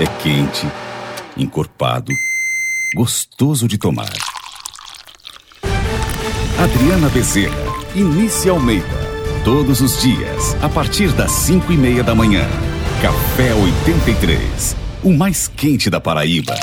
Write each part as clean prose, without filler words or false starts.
É quente, encorpado, gostoso de tomar. Adriana Bezerra, Inícia Almeida. Todos os dias, a partir das 5:30 da manhã. Café 83, o mais quente da Paraíba.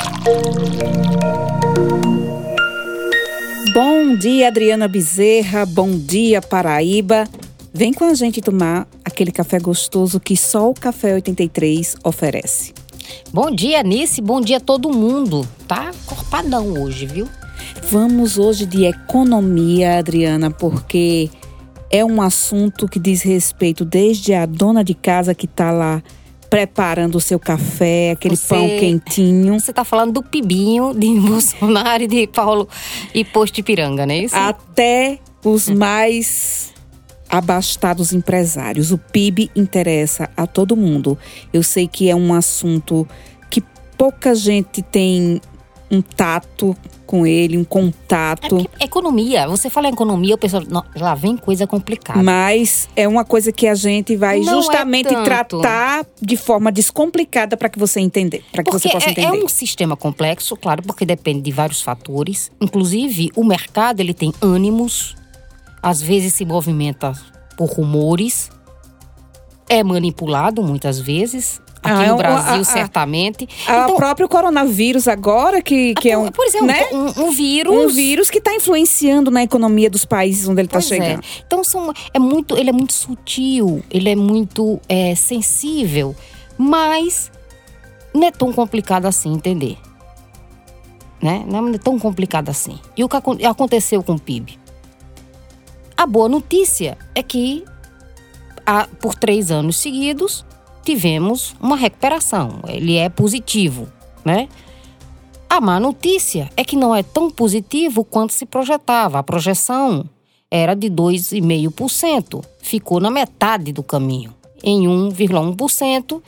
Bom dia, Adriana Bezerra. Bom dia, Paraíba. Vem com a gente tomar aquele café gostoso que só o Café 83 oferece. Bom dia, Nice. Bom dia a todo mundo. Tá corpadão hoje, viu? Vamos hoje de economia, Adriana, porque é um assunto que diz respeito desde a dona de casa que tá lá preparando o seu café, aquele pão quentinho. Você tá falando do pibinho de Bolsonaro e de Paulo e Posto de Ipiranga, não é isso? Até os mais abastados empresários. O PIB interessa a todo mundo. Eu sei que é um assunto que pouca gente tem um tato com ele, um contato. Economia. Você fala em economia, o pessoal, não, lá vem coisa complicada. Mas é uma coisa que a gente vai Não justamente tratar de forma descomplicada para que você entender, para que você possa entender. É um sistema complexo, claro, porque depende de vários fatores. Inclusive, o mercado, ele tem ânimos, às vezes se movimenta por rumores, é manipulado muitas vezes. Aqui no Brasil, certamente. O próprio coronavírus agora, que é um... Por exemplo, né? um vírus... Um vírus que está influenciando na economia dos países onde ele está chegando. Então, ele é muito sutil, ele é muito sensível, mas não é tão complicado assim entender. Né? Não é tão complicado assim. E o que aconteceu com o PIB? A boa notícia é que, por 3 anos seguidos, tivemos uma recuperação. Ele é positivo, né? A má notícia é que não é tão positivo quanto se projetava. A projeção era de 2,5%. Ficou na metade do caminho, em 1,1%.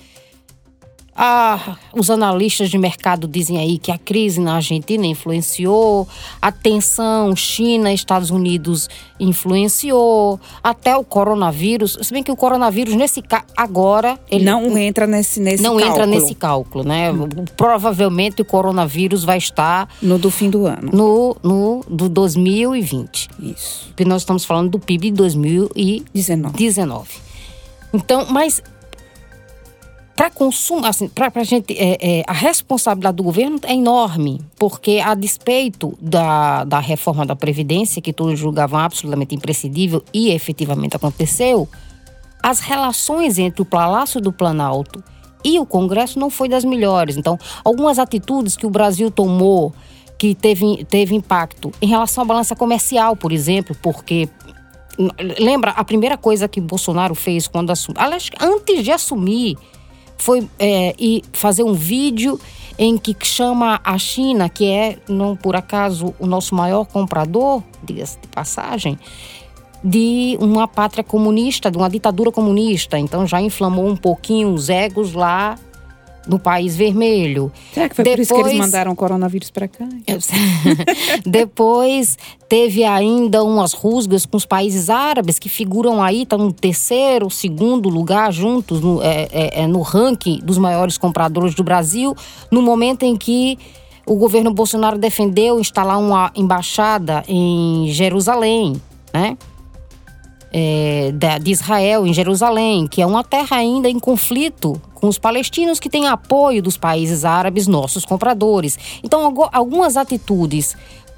Os analistas de mercado dizem aí que a crise na Argentina influenciou, a tensão China e Estados Unidos influenciou, até o coronavírus. Se bem que o coronavírus, agora... ele não entra nesse não cálculo. Entra nesse cálculo, né? Provavelmente o coronavírus vai estar... No do fim do ano. Do 2020. Isso. Porque nós estamos falando do PIB de 2019. Então, mas... Para consumo, assim, para a gente, a responsabilidade do governo é enorme, porque a despeito da reforma da Previdência, que todos julgavam absolutamente imprescindível e efetivamente aconteceu, as relações entre o Palácio do Planalto e o Congresso não foi das melhores. Então, algumas atitudes que o Brasil tomou, que teve impacto em relação à balança comercial, por exemplo, porque... Lembra, a primeira coisa que Bolsonaro fez quando assumiu, aliás, antes de assumir, foi fazer um vídeo em que chama a China, que é, não por acaso, o nosso maior comprador, diga-se de passagem, de uma pátria comunista, de uma ditadura comunista. Então já inflamou um pouquinho os egos lá no país vermelho. Será que foi por isso que eles mandaram o coronavírus para cá? Depois teve ainda umas rusgas com os países árabes que figuram aí, estão no 3º, 2º lugar juntos no ranking dos maiores compradores do Brasil, no momento em que o governo Bolsonaro defendeu instalar uma embaixada em Jerusalém, né? De Israel, em Jerusalém, que é uma terra ainda em conflito com os palestinos, que têm apoio dos países árabes, nossos compradores. Então, algumas atitudes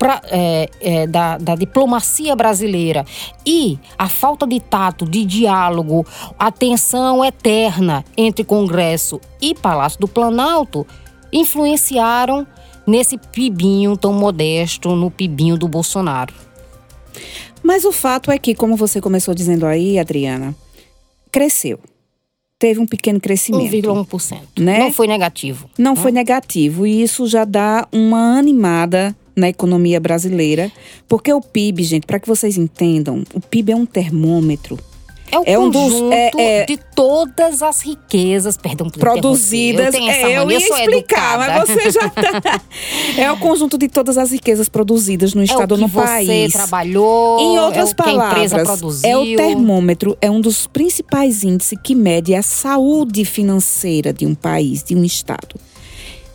da diplomacia brasileira e a falta de tato, de diálogo, a tensão eterna entre Congresso e Palácio do Planalto influenciaram nesse pibinho tão modesto, no pibinho do Bolsonaro. Mas o fato é que, como você começou dizendo aí, Adriana, cresceu. Teve um pequeno crescimento. 1,1%. Né? Não foi negativo. Não foi negativo. E isso já dá uma animada na economia brasileira. Porque o PIB, gente, para que vocês entendam, o PIB é um termômetro. É um conjunto de todas as riquezas, produzidas. Eu ia explicar, mas você já tá. É o conjunto de todas as riquezas produzidas no estado ou no país. Você trabalhou. Em outras palavras, que a empresa produziu. É o termômetro, é um dos principais índices que mede a saúde financeira de um país, de um estado.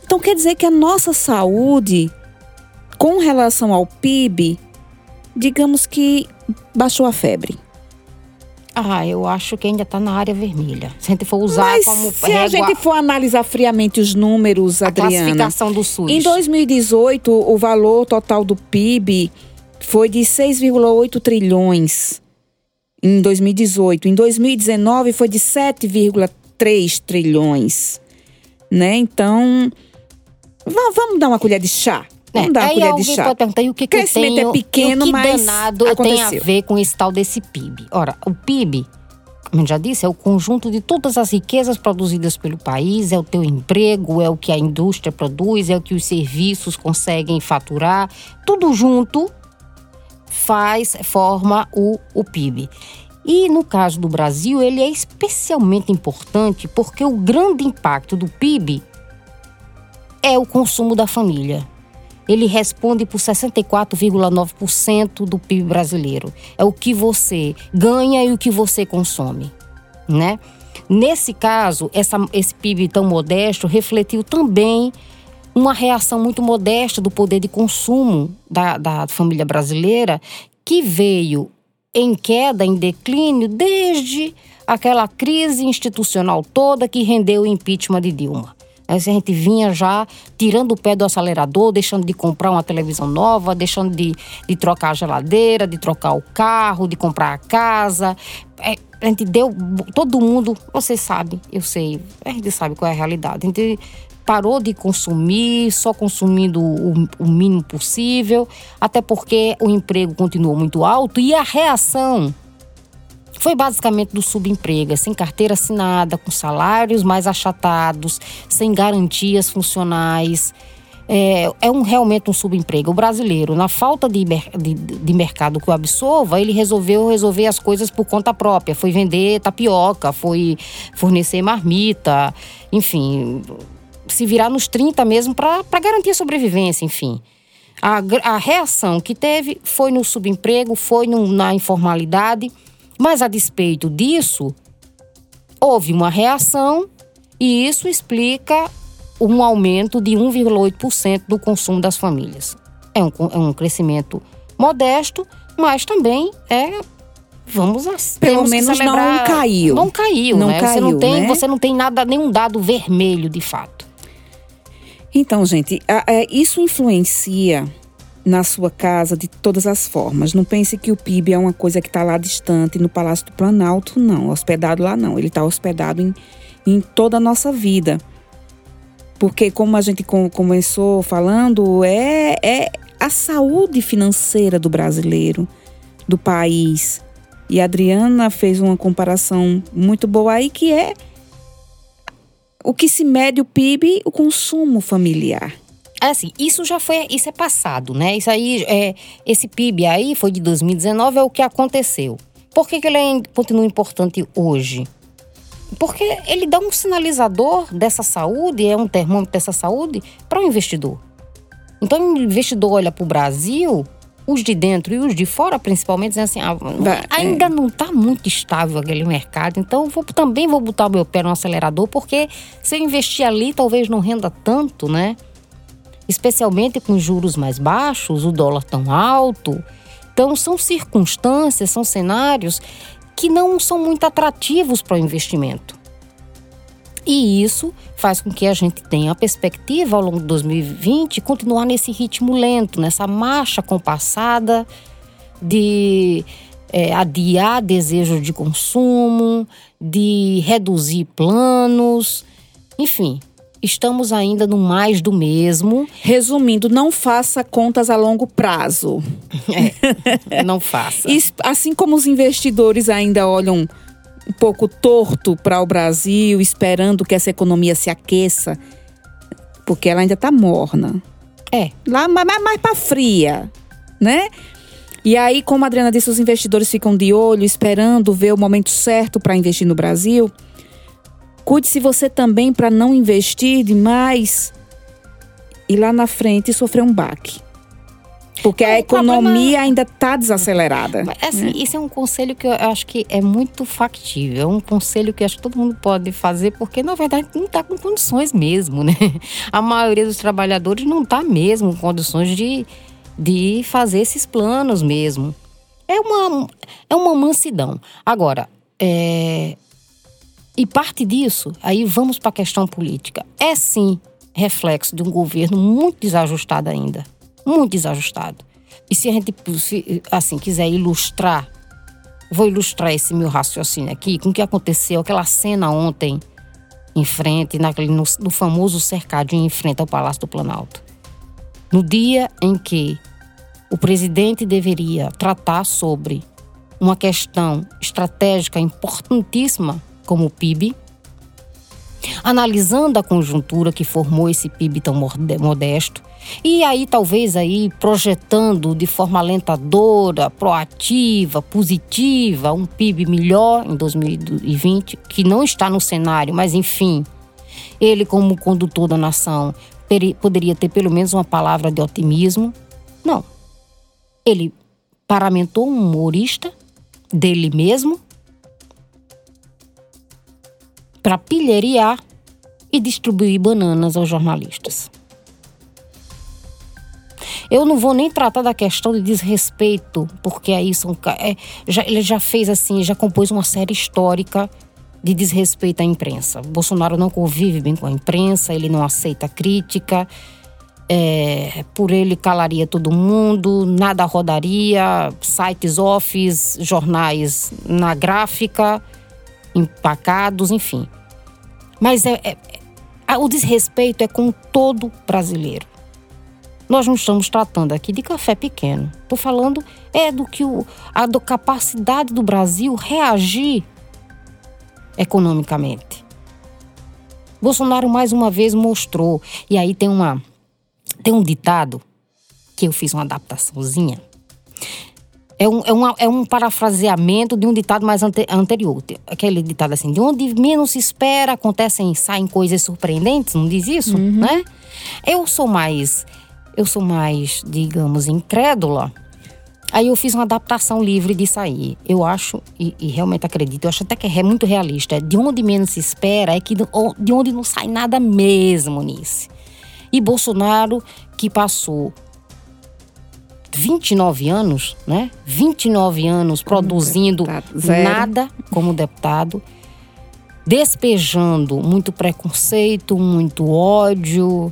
Então quer dizer que a nossa saúde, com relação ao PIB, digamos que baixou a febre. Eu acho que ainda está na área vermelha. Se a gente for usar Mas como se a gente for analisar friamente os números, Adriana, classificação do SUS. Em 2018, o valor total do PIB foi de 6,8 trilhões. Em 2018. Em 2019, foi de 7,3 trilhões. Né? Então, vamos dar uma colher de chá. Vamos dar uma colher de chá. Pode perguntar, e o que crescimento tem, é pequeno, o que mas danado tem a ver com esse tal desse PIB? Ora, o PIB, como eu já disse, é o conjunto de todas as riquezas produzidas pelo país, é o teu emprego, é o que a indústria produz, é o que os serviços conseguem faturar. Tudo junto forma o PIB. E no caso do Brasil, ele é especialmente importante porque o grande impacto do PIB é o consumo da família. Ele responde por 64,9% do PIB brasileiro. É o que você ganha e o que você consome, né? Nesse caso, esse PIB tão modesto refletiu também uma reação muito modesta do poder de consumo da família brasileira, que veio em queda, em declínio, desde aquela crise institucional toda que rendeu o impeachment de Dilma. A gente vinha já tirando o pé do acelerador, deixando de comprar uma televisão nova, deixando de trocar a geladeira, de trocar o carro, de comprar a casa. A gente deu, todo mundo, você sabe, eu sei, a gente sabe qual é a realidade. A gente parou de consumir, só consumindo o mínimo possível, até porque o emprego continuou muito alto e a reação foi basicamente do subemprego, sem carteira assinada, com salários mais achatados, sem garantias funcionais. Realmente um subemprego. O brasileiro, na falta de mercado que o absorva, ele resolveu resolver as coisas por conta própria. Foi vender tapioca, foi fornecer marmita, enfim, se virar nos 30 mesmo para garantir a sobrevivência, enfim. A reação que teve foi no subemprego, foi na informalidade. Mas, a despeito disso, houve uma reação e isso explica um aumento de 1,8% do consumo das famílias. É um crescimento modesto, mas também pelo menos não caiu. Não caiu, né? Caiu, você não tem nenhum dado vermelho, de fato. Então, gente, isso influencia na sua casa de todas as formas. Não pense que o PIB é uma coisa que está lá distante, no Palácio do Planalto, não. Hospedado lá, não. Ele está hospedado em toda a nossa vida. Porque, como a gente começou falando, é a saúde financeira do brasileiro, do país. E a Adriana fez uma comparação muito boa aí, que é o que se mede o PIB, o consumo familiar. Assim, isso é passado, né? Isso aí, esse PIB aí foi de 2019, é o que aconteceu. Por que ele continua importante hoje? Porque ele dá um sinalizador dessa saúde, é um termômetro dessa saúde para o investidor. Então, o investidor olha para o Brasil, os de dentro e os de fora, principalmente, dizem assim, ainda não está muito estável aquele mercado, então também vou botar o meu pé no acelerador, porque se eu investir ali, talvez não renda tanto, né? Especialmente com juros mais baixos, o dólar tão alto. Então, são circunstâncias, são cenários que não são muito atrativos para o investimento. E isso faz com que a gente tenha a perspectiva, ao longo de 2020, continuar nesse ritmo lento, nessa marcha compassada de adiar desejos de consumo, de reduzir planos, enfim. Estamos ainda no mais do mesmo. Resumindo, não faça contas a longo prazo. Não faça. Assim como os investidores ainda olham um pouco torto para o Brasil, esperando que essa economia se aqueça, porque ela ainda está morna. Lá mais para fria, né? E aí, como a Adriana disse, os investidores ficam de olho, esperando ver o momento certo para investir no Brasil. Cuide-se você também para não investir demais e lá na frente sofrer um baque. Porque a economia ainda está desacelerada. Assim, isso é um conselho que eu acho que é muito factível. É um conselho que eu acho que todo mundo pode fazer, porque, na verdade, não está com condições mesmo, né? A maioria dos trabalhadores não está mesmo com condições de fazer esses planos mesmo. É uma mansidão. Agora, e parte disso, aí vamos para a questão política. É sim reflexo de um governo muito desajustado ainda. Muito desajustado. E se a gente, assim, quiser ilustrar, vou ilustrar esse meu raciocínio aqui com o que aconteceu, aquela cena ontem em frente, no famoso cercadinho em frente ao Palácio do Planalto. No dia em que o presidente deveria tratar sobre uma questão estratégica importantíssima como o PIB, analisando a conjuntura que formou esse PIB tão modesto, e aí talvez aí projetando de forma alentadora, proativa, positiva, um PIB melhor em 2020, que não está no cenário, mas enfim, ele como condutor da nação poderia ter pelo menos uma palavra de otimismo. Não. Ele paramentou um humorista dele mesmo para pilhariar e distribuir bananas aos jornalistas. Eu não vou nem tratar da questão de desrespeito, porque aí ele já fez assim, já compôs uma série histórica de desrespeito à imprensa. Bolsonaro não convive bem com a imprensa, ele não aceita crítica, por ele calaria todo mundo, nada rodaria, sites off, jornais na gráfica, empacados, enfim. Mas o desrespeito é com todo brasileiro. Nós não estamos tratando aqui de café pequeno. Estou falando da capacidade do Brasil reagir economicamente. Bolsonaro mais uma vez mostrou. E aí tem um ditado que eu fiz uma adaptaçãozinha. É um parafraseamento de um ditado mais anterior. Aquele ditado assim, de onde menos se espera, saem coisas surpreendentes, não diz isso? Uhum. Né? Eu sou mais, digamos, incrédula. Aí eu fiz uma adaptação livre disso aí. Eu acho, e realmente acredito, eu acho até que é muito realista. De onde menos se espera é de onde não sai nada mesmo nisso. E Bolsonaro, que passou 29 anos, né? 29 anos produzindo nada como deputado, despejando muito preconceito, muito ódio,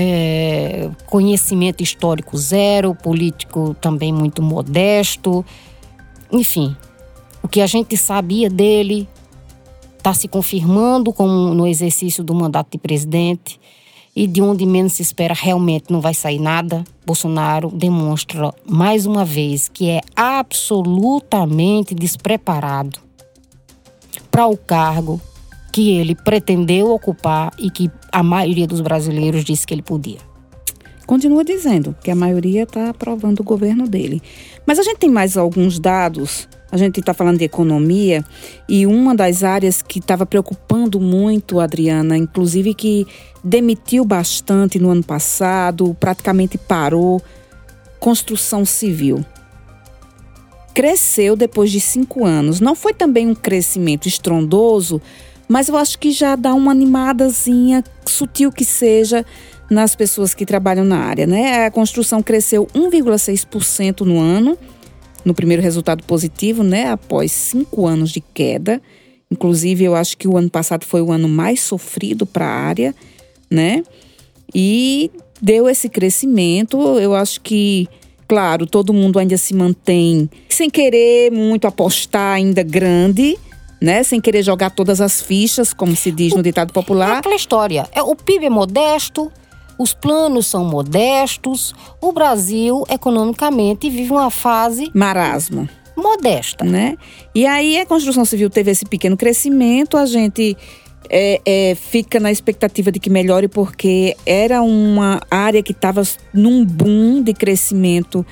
conhecimento histórico zero, político também muito modesto. Enfim, o que a gente sabia dele está se confirmando como no exercício do mandato de presidente. E de onde menos se espera realmente não vai sair nada. Bolsonaro demonstra mais uma vez que é absolutamente despreparado para o cargo que ele pretendeu ocupar e que a maioria dos brasileiros disse que ele podia. Continua dizendo que a maioria está aprovando o governo dele. Mas a gente tem mais alguns dados. A gente está falando de economia e uma das áreas que estava preocupando muito, Adriana, inclusive que demitiu bastante no ano passado, praticamente parou, construção civil. Cresceu depois de 5 anos. Não foi também um crescimento estrondoso, mas eu acho que já dá uma animadazinha, sutil que seja, nas pessoas que trabalham na área, né? A construção cresceu 1,6% no ano, no primeiro resultado positivo, né? Após 5 anos de queda. Inclusive, eu acho que o ano passado foi o ano mais sofrido para a área, né? E deu esse crescimento. Eu acho que, claro, todo mundo ainda se mantém sem querer muito apostar ainda grande, né? Sem querer jogar todas as fichas, como se diz no ditado popular. É aquela história. O PIB é modesto, os planos são modestos. O Brasil, economicamente, vive uma fase... marasmo. Modesta. Né? E aí a construção civil teve esse pequeno crescimento, a gente fica na expectativa de que melhore, porque era uma área que estava num boom de crescimento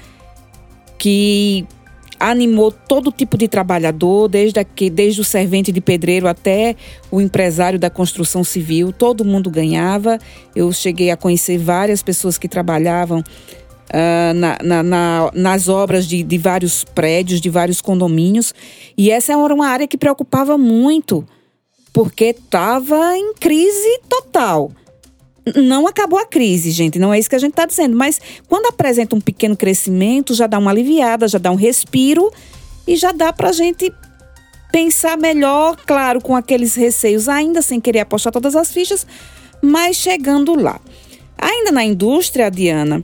que animou todo tipo de trabalhador, desde o servente de pedreiro até o empresário da construção civil, todo mundo ganhava. Eu cheguei a conhecer várias pessoas que trabalhavam nas obras de vários prédios, de vários condomínios. E essa era uma área que preocupava muito, porque estava em crise total. Não acabou a crise, gente, não é isso que a gente está dizendo. Mas quando apresenta um pequeno crescimento, já dá uma aliviada, já dá um respiro e já dá para a gente pensar melhor, claro, com aqueles receios, ainda sem querer apostar todas as fichas, mas chegando lá. Ainda na indústria, Diana,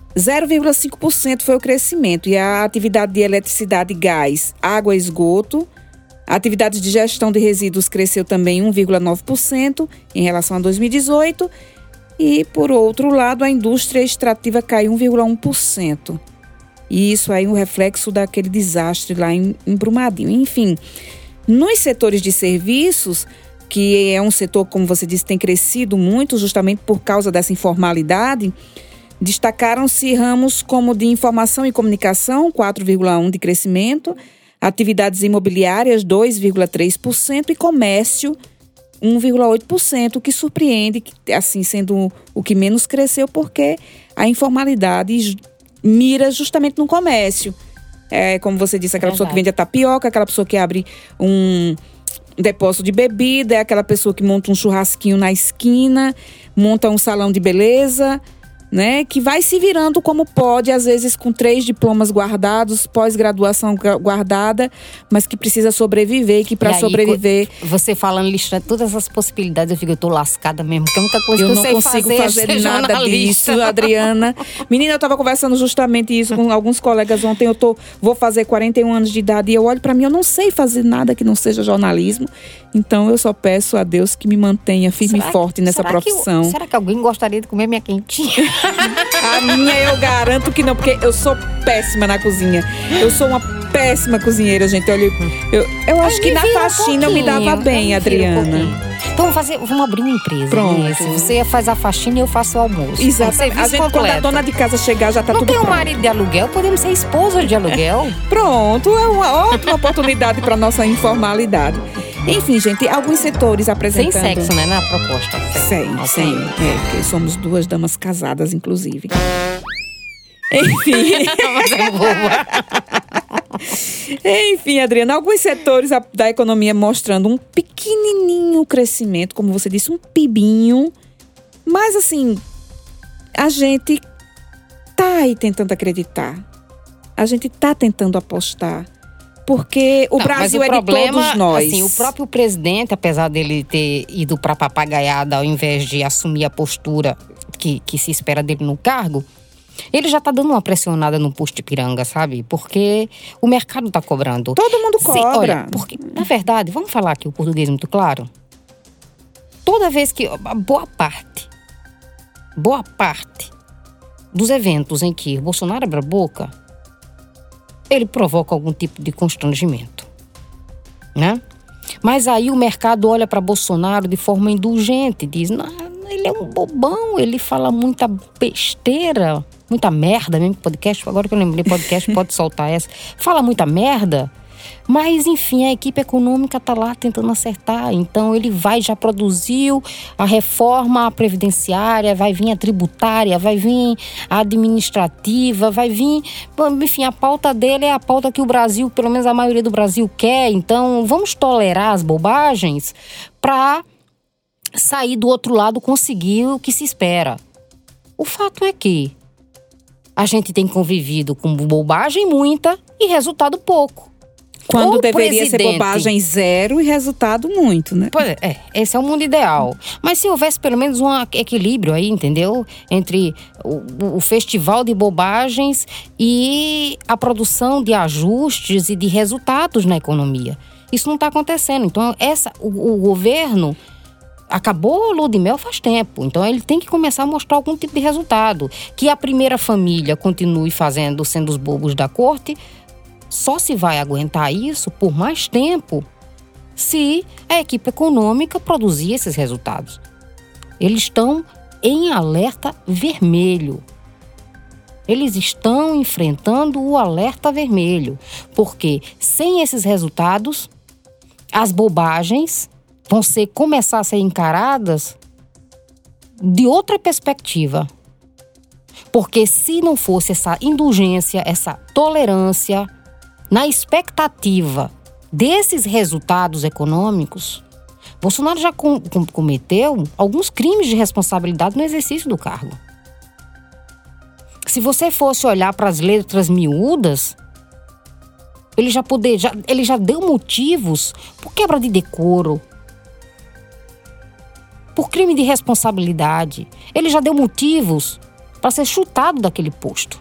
0,5% foi o crescimento. E a atividade de eletricidade, gás, água e esgoto, a atividade de gestão de resíduos cresceu também 1,9% em relação a 2018. E, por outro lado, a indústria extrativa caiu 1,1%. E isso aí é um reflexo daquele desastre lá em Brumadinho. Enfim, nos setores de serviços, que é um setor, como você disse, tem crescido muito justamente por causa dessa informalidade, destacaram-se ramos como de informação e comunicação, 4,1% de crescimento, atividades imobiliárias, 2,3% e comércio, 1,8%, o que surpreende, assim, sendo o que menos cresceu, porque a informalidade mira justamente no comércio. É, como você disse, aquela pessoa que vende a tapioca, aquela pessoa que abre um depósito de bebida, é aquela pessoa que monta um churrasquinho na esquina, monta um salão de beleza, né? Que vai se virando como pode, às vezes com 3 diplomas guardados, pós-graduação guardada, mas que precisa sobreviver, que para sobreviver... Você falando, listando todas as possibilidades, eu tô lascada mesmo, porque a única coisa que eu sei não consigo fazer nada jornalista. disso, Adriana. Menina, eu tava conversando justamente isso com alguns colegas ontem, vou fazer 41 anos de idade e eu olho para mim, eu não sei fazer nada que não seja jornalismo, então eu só peço a Deus que me mantenha firme e forte nessa profissão. Será que alguém gostaria de comer minha quentinha? A minha eu garanto que não, porque eu sou péssima na cozinha. Eu sou uma péssima cozinheira, gente. Olha, eu acho que na faxina eu me dava bem, Adriana. Então vamos abrir uma empresa. Pronto. Isso. Você faz a faxina e eu faço o almoço. Exato. A gente, quando a dona de casa chegar, já tá tudo pronto. Não tem um marido de aluguel, podemos ser esposa de aluguel. Pronto, é uma ótima oportunidade para nossa informalidade. Enfim, gente, alguns setores apresentando... Sem sexo, né, na proposta. Sem. Porque somos 2 damas casadas, inclusive. Enfim. Enfim, Adriana, alguns setores da economia mostrando um pequenininho crescimento, como você disse, um pibinho. Mas, assim, a gente tá aí tentando acreditar. A gente tá tentando apostar. Porque o Brasil é de todos nós. Assim, o próprio presidente, apesar dele ter ido para papagaiada ao invés de assumir a postura que se espera dele no cargo, ele já tá dando uma pressionada no posto de Ipiranga, sabe? Porque o mercado tá cobrando. Todo mundo cobra. Olha, porque, na verdade, vamos falar aqui o português muito claro. Toda vez que... Boa parte dos eventos em que Bolsonaro abre a boca, ele provoca algum tipo de constrangimento, né? Mas aí o mercado olha para Bolsonaro de forma indulgente, diz, não, ele é um bobão, ele fala muita besteira, muita merda mesmo, podcast, agora que eu lembrei podcast, pode soltar essa, fala muita merda, mas enfim, a equipe econômica está lá tentando acertar, então ele já produziu a reforma previdenciária, vai vir a tributária, vai vir a administrativa, vai vir, enfim, a pauta dele é a pauta que o Brasil, pelo menos a maioria do Brasil quer, então vamos tolerar as bobagens para sair do outro lado, conseguir o que se espera. O fato é que a gente tem convivido com bobagem muita e resultado pouco. Quando deveria ser bobagem 0 e resultado muito, né? Pois é, esse é o mundo ideal. Mas se houvesse pelo menos um equilíbrio aí, entendeu? Entre o festival de bobagens e a produção de ajustes e de resultados na economia. Isso não está acontecendo. Então, o governo acabou o lua de mel faz tempo. Então, ele tem que começar a mostrar algum tipo de resultado. Que a primeira família continue sendo os bobos da corte. Só se vai aguentar isso por mais tempo se a equipe econômica produzir esses resultados. Eles estão em alerta vermelho. Eles estão enfrentando o alerta vermelho. Porque sem esses resultados, as bobagens vão começar a ser encaradas de outra perspectiva. Porque se não fosse essa indulgência, essa tolerância, na expectativa desses resultados econômicos, Bolsonaro já cometeu alguns crimes de responsabilidade no exercício do cargo. Se você fosse olhar para as letras miúdas, ele já deu motivos por quebra de decoro, por crime de responsabilidade. Ele já deu motivos para ser chutado daquele posto.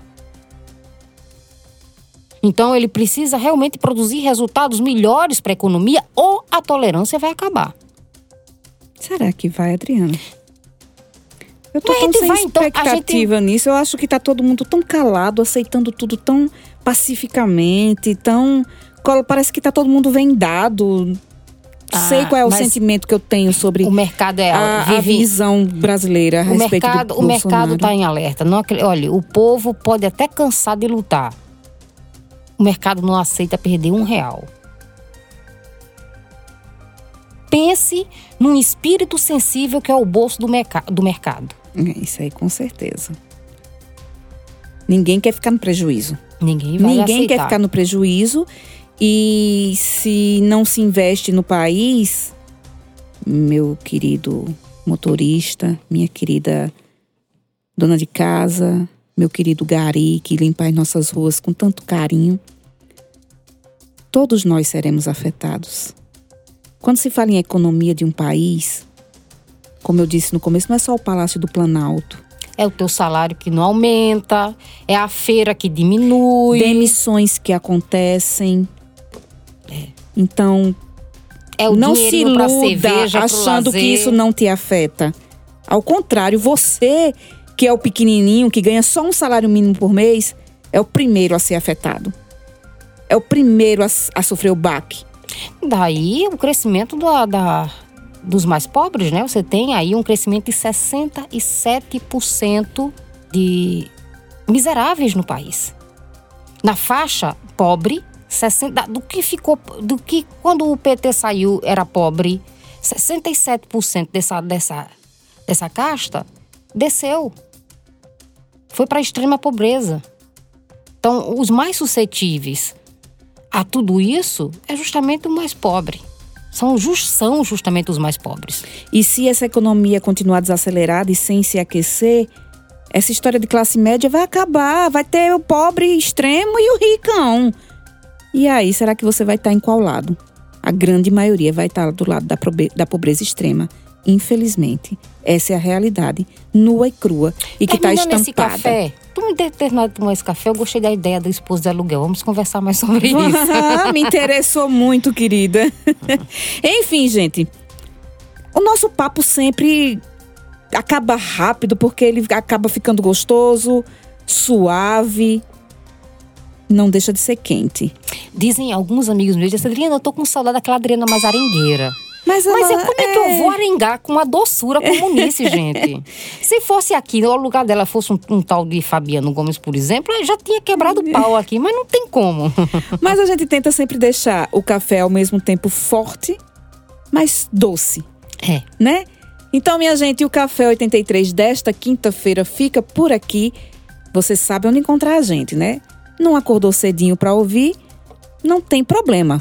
Então ele precisa realmente produzir resultados melhores para a economia ou a tolerância vai acabar. Será que vai, Adriana? Eu tô tão sem expectativa nisso. Eu acho que tá todo mundo tão calado, aceitando tudo tão pacificamente, parece que tá todo mundo vendado. Sei qual é o sentimento que eu tenho sobre o mercado a visão brasileira a respeito do Bolsonaro. O mercado está em alerta. Olha, o povo pode até cansar de lutar. O mercado não aceita perder R$1. Pense num espírito sensível que é o bolso do mercado. Isso aí, com certeza. Ninguém quer ficar no prejuízo. Ninguém quer ficar no prejuízo. E se não se investe no país, meu querido motorista, minha querida dona de casa, meu querido gari que limpa as nossas ruas com tanto carinho, todos nós seremos afetados. Quando se fala em economia de um país, como eu disse no começo, não é só o Palácio do Planalto. É o teu salário que não aumenta, é a feira que diminui. Demissões que acontecem. Então, não se iluda achando que isso não te afeta. Ao contrário, você que é o pequenininho, que ganha só um salário mínimo por mês, é o primeiro a ser afetado. É o primeiro a sofrer o baque. Daí o crescimento dos mais pobres, né? Você tem aí um crescimento de 67% de miseráveis no país. Na faixa pobre, do que quando o PT saiu era pobre, 67% dessa casta desceu. Foi para a extrema pobreza. Então, os mais suscetíveis a tudo isso é justamente o mais pobre. São justamente os mais pobres. E se essa economia continuar desacelerada e sem se aquecer, essa história de classe média vai acabar. Vai ter o pobre extremo e o ricão. E aí, será que você vai estar em qual lado? A grande maioria vai estar do lado da pobreza extrema. Infelizmente, essa é a realidade nua e crua e que está estampada. Esse café, tu me terminou de tomar esse café, eu gostei da ideia do esposo de aluguel. Vamos conversar mais sobre isso. Me interessou muito, querida. Enfim, gente, o nosso papo sempre acaba rápido porque ele acaba ficando gostoso, suave. Não deixa de ser quente. Dizem alguns amigos meus, Adriana, eu tô com saudade daquela Adriana mais arengueira. Mas como é que eu vou arengar com uma doçura como nisso, gente? Se fosse aqui, no lugar dela fosse um tal de Fabiano Gomes, por exemplo, eu já tinha quebrado o pau aqui, mas não tem como. Mas a gente tenta sempre deixar o café ao mesmo tempo forte, mas doce. Né? Então, minha gente, o Café 83 desta quinta-feira fica por aqui. Você sabe onde encontrar a gente, né? Não acordou cedinho para ouvir? Não tem problema.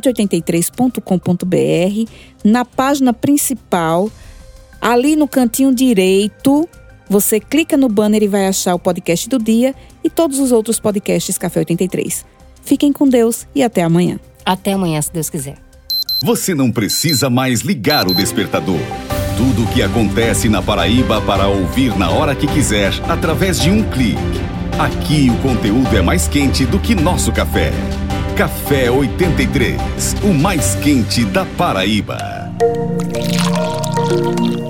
Fonte83.com.br, na página principal, ali no cantinho direito, você clica no banner e vai achar o podcast do dia e todos os outros podcasts Café 83. Fiquem com Deus e até amanhã. Até amanhã, se Deus quiser. Você não precisa mais ligar o despertador. Tudo o que acontece na Paraíba para ouvir na hora que quiser, através de um clique. Aqui o conteúdo é mais quente do que nosso café. Café 83, o mais quente da Paraíba.